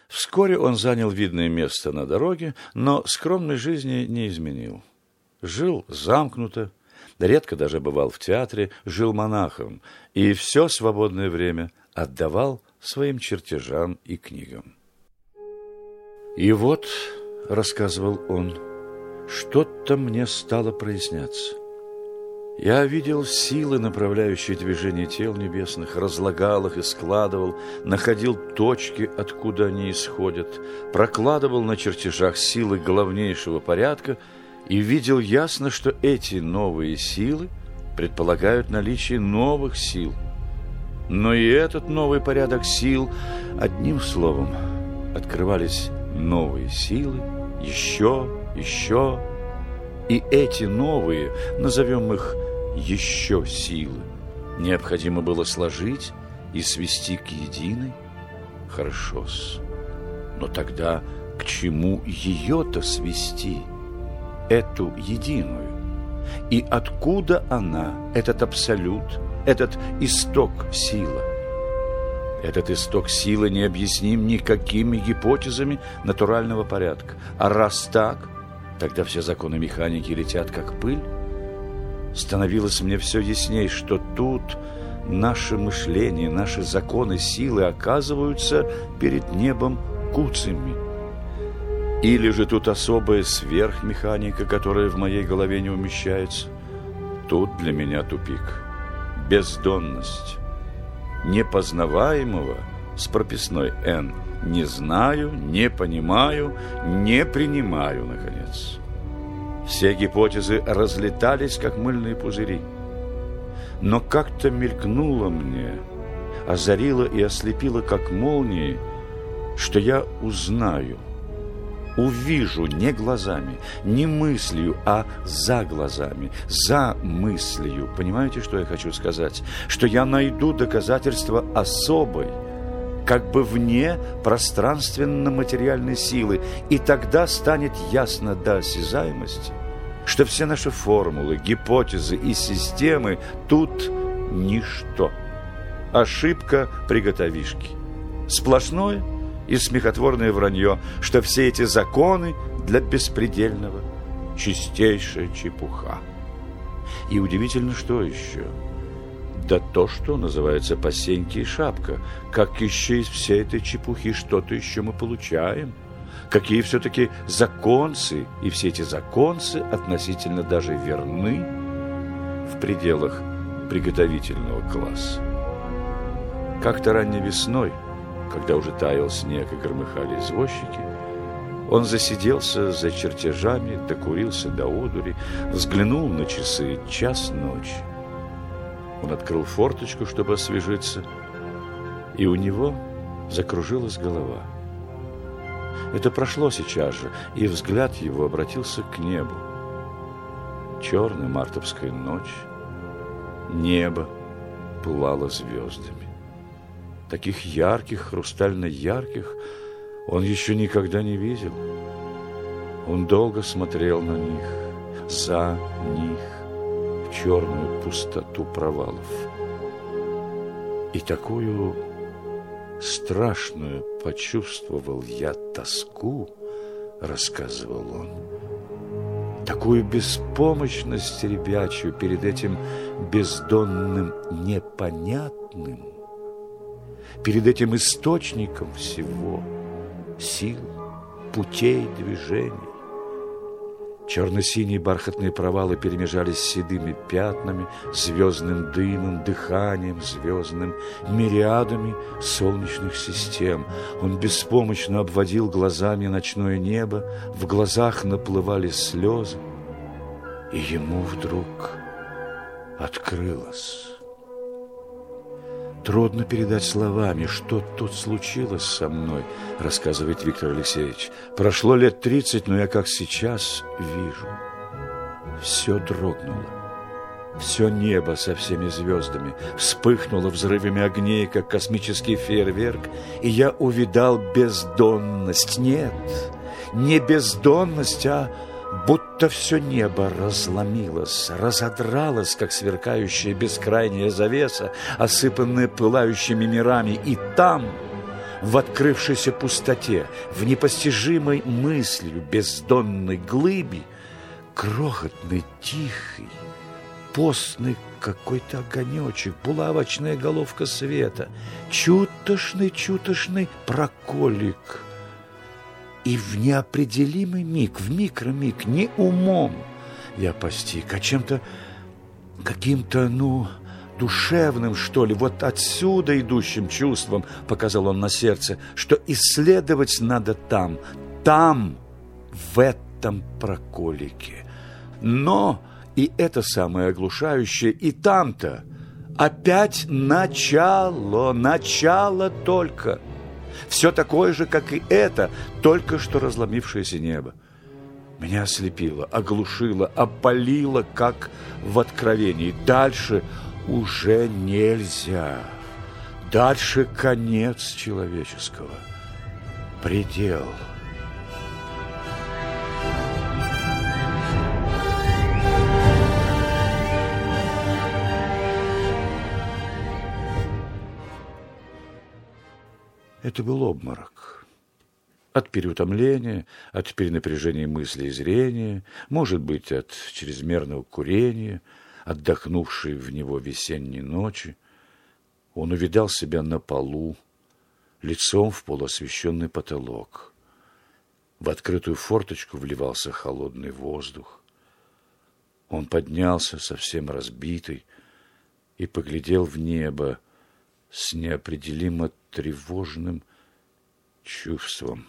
Вскоре он занял видное место на дороге, но скромной жизни не изменил. Жил замкнуто, редко даже бывал в театре, жил монахом и все свободное время отдавал своим чертежам и книгам. «И вот, — рассказывал он, — что-то мне стало проясняться. Я видел силы, направляющие движение тел небесных, разлагал их и складывал, находил точки, откуда они исходят, прокладывал на чертежах силы главнейшего порядка и видел ясно, что эти новые силы предполагают наличие новых сил. Но и этот новый порядок сил, одним словом, открывались новые силы, еще, и эти новые, назовем их еще силы, необходимо было сложить и свести к единой. Хорошо-с. Но тогда к чему ее-то свести, эту единую? И откуда она, этот абсолют, этот исток силы? Этот исток силы не объясним никакими гипотезами натурального порядка. А раз так, тогда все законы механики летят как пыль. Становилось мне все ясней, что тут наше мышление, наши законы силы оказываются перед небом куцами. Или же тут особая сверхмеханика, которая в моей голове не умещается. Тут для меня тупик. Бездонность. Непознаваемого с прописной «Н». Не знаю, не понимаю, не принимаю, наконец. Все гипотезы разлетались, как мыльные пузыри. Но как-то мелькнуло мне, озарило и ослепило, как молнией, что я узнаю, увижу не глазами, не мыслью, а за глазами, за мыслью. Понимаете, что я хочу сказать? Что я найду доказательства особой, как бы вне пространственно-материальной силы, и тогда станет ясно до осязаемости, что все наши формулы, гипотезы и системы тут ничто. Ошибка приготовишки. Сплошное и смехотворное вранье, что все эти законы для беспредельного чистейшая чепуха. И удивительно, что еще? Да то, что называется по Сеньке и шапка. Как еще из всей этой чепухи что-то еще мы получаем? Какие все-таки законцы, и все эти законцы относительно даже верны в пределах приготовительного класса. Как-то ранней весной, когда уже таял снег и громыхали извозчики, он засиделся за чертежами, докурился до одури, взглянул на часы, час ночи. Он открыл форточку, чтобы освежиться, и у него закружилась голова. Это прошло сейчас же, и взгляд его обратился к небу. Черная мартовская ночь, небо пылало звездами. Таких ярких, хрустально ярких он еще никогда не видел. Он долго смотрел на них, за них, в черную пустоту провалов. И такую страшную почувствовал я тоску, рассказывал он, такую беспомощность ребячью перед этим бездонным непонятным, перед этим источником всего, сил, путей движений. Черно-синие бархатные провалы перемежались с седыми пятнами, звездным дымом, дыханием звездным, мириадами солнечных систем. Он беспомощно обводил глазами ночное небо, в глазах наплывали слезы, и ему вдруг открылось. Трудно передать словами, что тут случилось со мной, рассказывает Виктор Алексеевич. Прошло лет 30, но я как сейчас вижу. Все дрогнуло. Все небо со всеми звездами вспыхнуло взрывами огней, как космический фейерверк, и я увидал бездонность. Нет, не бездонность, а будто все небо разломилось, разодралось, как сверкающая бескрайняя завеса, осыпанная пылающими мирами, и там, в открывшейся пустоте, в непостижимой мыслью бездонной глыби, крохотный, тихий, постный какой-то огонечек, булавочная головка света, чутошный проколик. И в неопределимый миг, в микромиг, не умом я постиг, а чем-то, каким-то, душевным, что ли, вот отсюда идущим чувством, показал он на сердце, что исследовать надо там, в этом проколике. Но и это самое оглушающее, и там-то опять начало только. Все такое же, как и это, только что разломившееся небо. Меня ослепило, оглушило, опалило, как в откровении. Дальше уже нельзя. Дальше конец человеческого. Предел. Это был обморок. От переутомления, от перенапряжения мысли и зрения, может быть, от чрезмерного курения, отдохнувшей в него весенней ночи. Он увидал себя на полу, лицом в полуосвещенный потолок. В открытую форточку вливался холодный воздух. Он поднялся, совсем разбитый, и поглядел в небо с неопределимо тревожным чувством.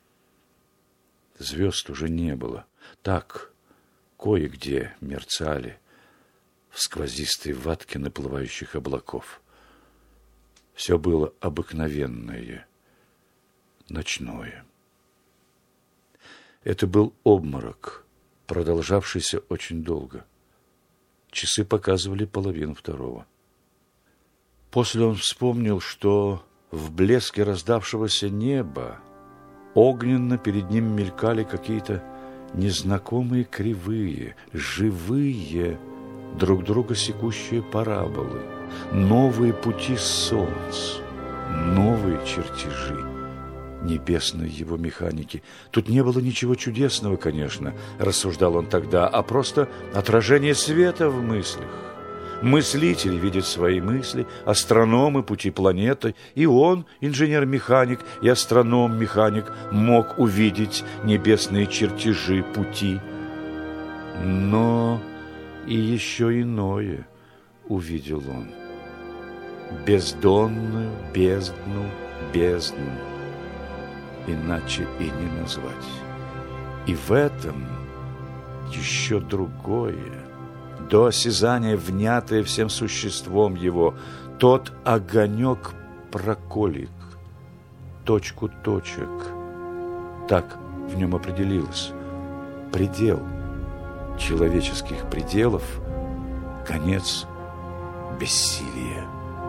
Звезд уже не было. Так, кое-где мерцали в сквозистой ватке наплывающих облаков. Все было обыкновенное, ночное. Это был обморок, продолжавшийся очень долго. Часы показывали 1:30. После он вспомнил, что в блеске раздавшегося неба огненно перед ним мелькали какие-то незнакомые кривые, живые, друг друга секущие параболы, новые пути солнц, новые чертежи небесной его механики. Тут не было ничего чудесного, конечно, рассуждал он тогда, а просто отражение света в мыслях. Мыслитель видит свои мысли, астрономы пути планеты, и он, инженер-механик и астроном-механик, мог увидеть небесные чертежи пути. Но и еще иное увидел он. Бездонную бездну, иначе и не назвать. И в этом еще другое, до осязания внятое всем существом его, тот огонек-проколик, точку точек, так в нем определилось, предел человеческих пределов, конец бессилия.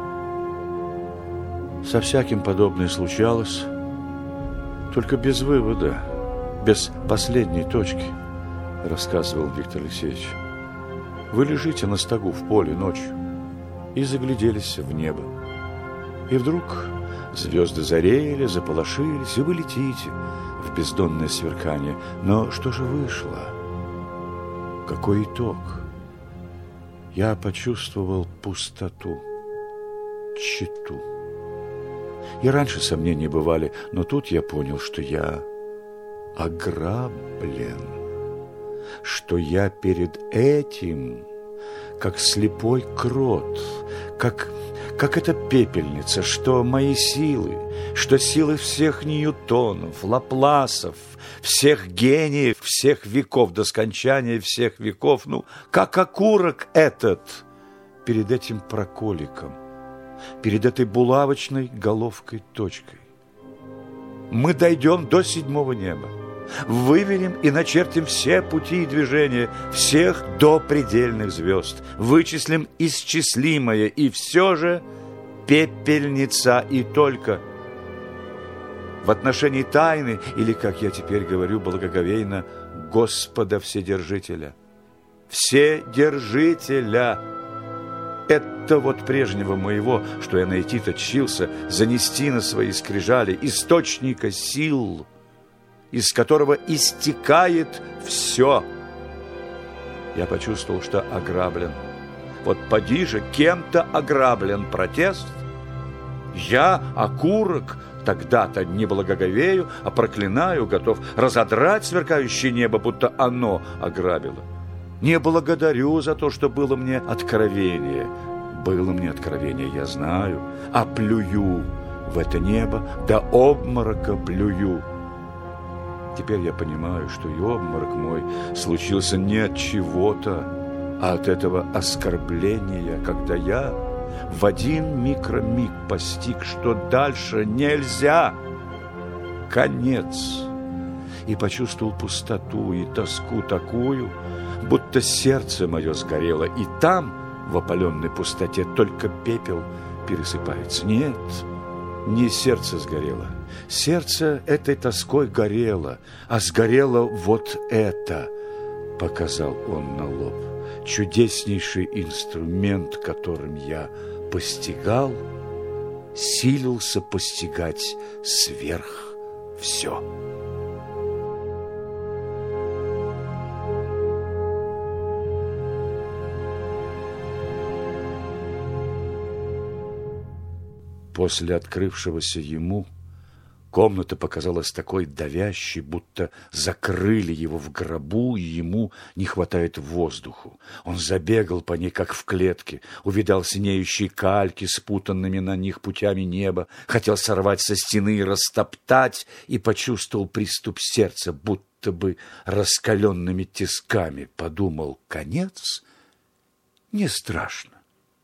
Со всяким подобное случалось, только без вывода, без последней точки, рассказывал Виктор Алексеевич. Вы лежите на стогу в поле ночью и загляделись в небо. И вдруг звезды зареяли, заполошились, и вы летите в бездонное сверкание. Но что же вышло? Какой итог? Я почувствовал пустоту, тщету. И раньше сомнения бывали, но тут я понял, что я ограблен, что я перед этим, как слепой крот, как эта пепельница, что мои силы, что силы всех Ньютонов, Лапласов, всех гениев, всех веков, до скончания всех веков, как окурок этот перед этим проколиком, перед этой булавочной головкой-точкой. Мы дойдем до 7-го неба, выверим и начертим все пути и движения всех до предельных звезд, вычислим исчислимое, и все же пепельница и только. В отношении тайны, или, как я теперь говорю благоговейно, Господа Вседержителя. Вседержителя. Это нет-то вот прежнего моего, что я найти точился, занести на свои скрижали источника сил, из которого истекает все. Я почувствовал, что ограблен. Вот поди же, кем-то ограблен протест. Я, окурок, тогда-то не благоговею, а проклинаю, готов разодрать сверкающее небо, будто оно ограбило. Не благодарю за то, что было мне откровение. Было мне откровение, я знаю, а плюю в это небо, до обморока плюю. Теперь я понимаю, что и обморок мой случился не от чего-то, а от этого оскорбления, когда я в один микромиг постиг, что дальше нельзя. Конец. И почувствовал пустоту и тоску такую, будто сердце мое сгорело, и там, в опаленной пустоте, только пепел пересыпается. Нет, не сердце сгорело. Сердце этой тоской горело, а сгорело вот это, показал он на лоб. Чудеснейший инструмент, которым я постигал, силился постигать сверх все. После открывшегося ему комната показалась такой давящей, будто закрыли его в гробу, и ему не хватает воздуху. Он забегал по ней, как в клетке, увидал синеющие кальки, спутанными на них путями неба, хотел сорвать со стены и растоптать, и почувствовал приступ сердца, будто бы раскаленными тисками. Подумал: конец? Не страшно.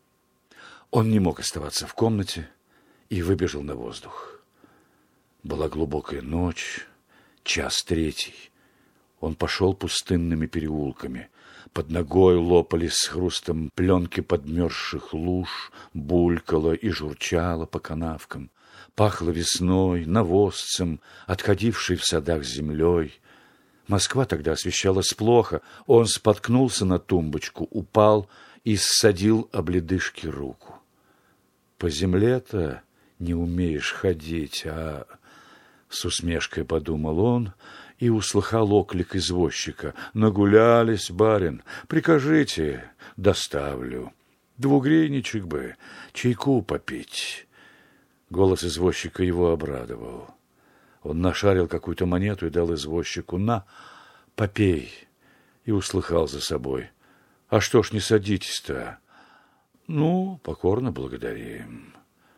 Он не мог оставаться в комнате и выбежал на воздух. Была глубокая ночь, 2:03. Он пошел пустынными переулками. Под ногой лопались с хрустом пленки подмерзших луж, булькало и журчало по канавкам. Пахло весной, навозцем, отходившей в садах землей. Москва тогда освещалась плохо. Он споткнулся на тумбочку, упал и ссадил об ледышки руку. По земле-то не умеешь ходить, а... С усмешкой подумал он и услыхал оклик извозчика. «Нагулялись, барин, прикажите, доставлю. Двугрейничек бы, чайку попить». Голос извозчика его обрадовал. Он нашарил какую-то монету и дал извозчику: «На, попей», и услыхал за собой: «А что ж не садитесь-то?» «Ну, покорно благодарим».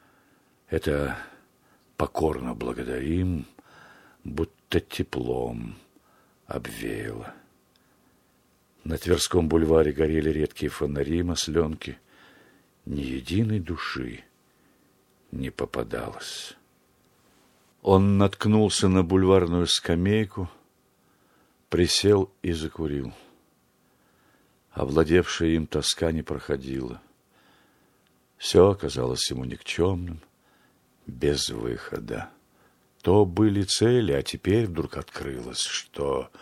Это покорно благодарим, будто теплом обвеяло. На Тверском бульваре горели редкие фонари, масленки. Ни единой души не попадалось. Он наткнулся на бульварную скамейку, присел и закурил. Овладевшая им тоска не проходила. Все оказалось ему никчемным, без выхода. То были цели, а теперь вдруг открылось, что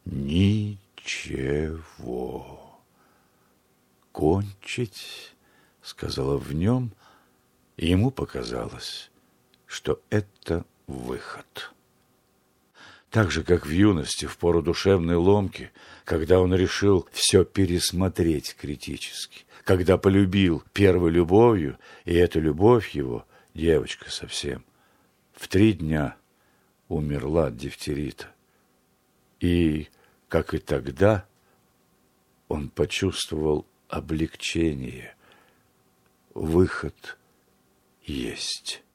ничего. «Кончить», — сказала в нем, и ему показалось, что это выход. Так же, как в юности, в пору душевной ломки, когда он решил все пересмотреть критически, когда полюбил первой любовью, и эта любовь его, девочка совсем, в 3 дня умерла от дифтерита. И, как и тогда, он почувствовал облегчение. Выход есть.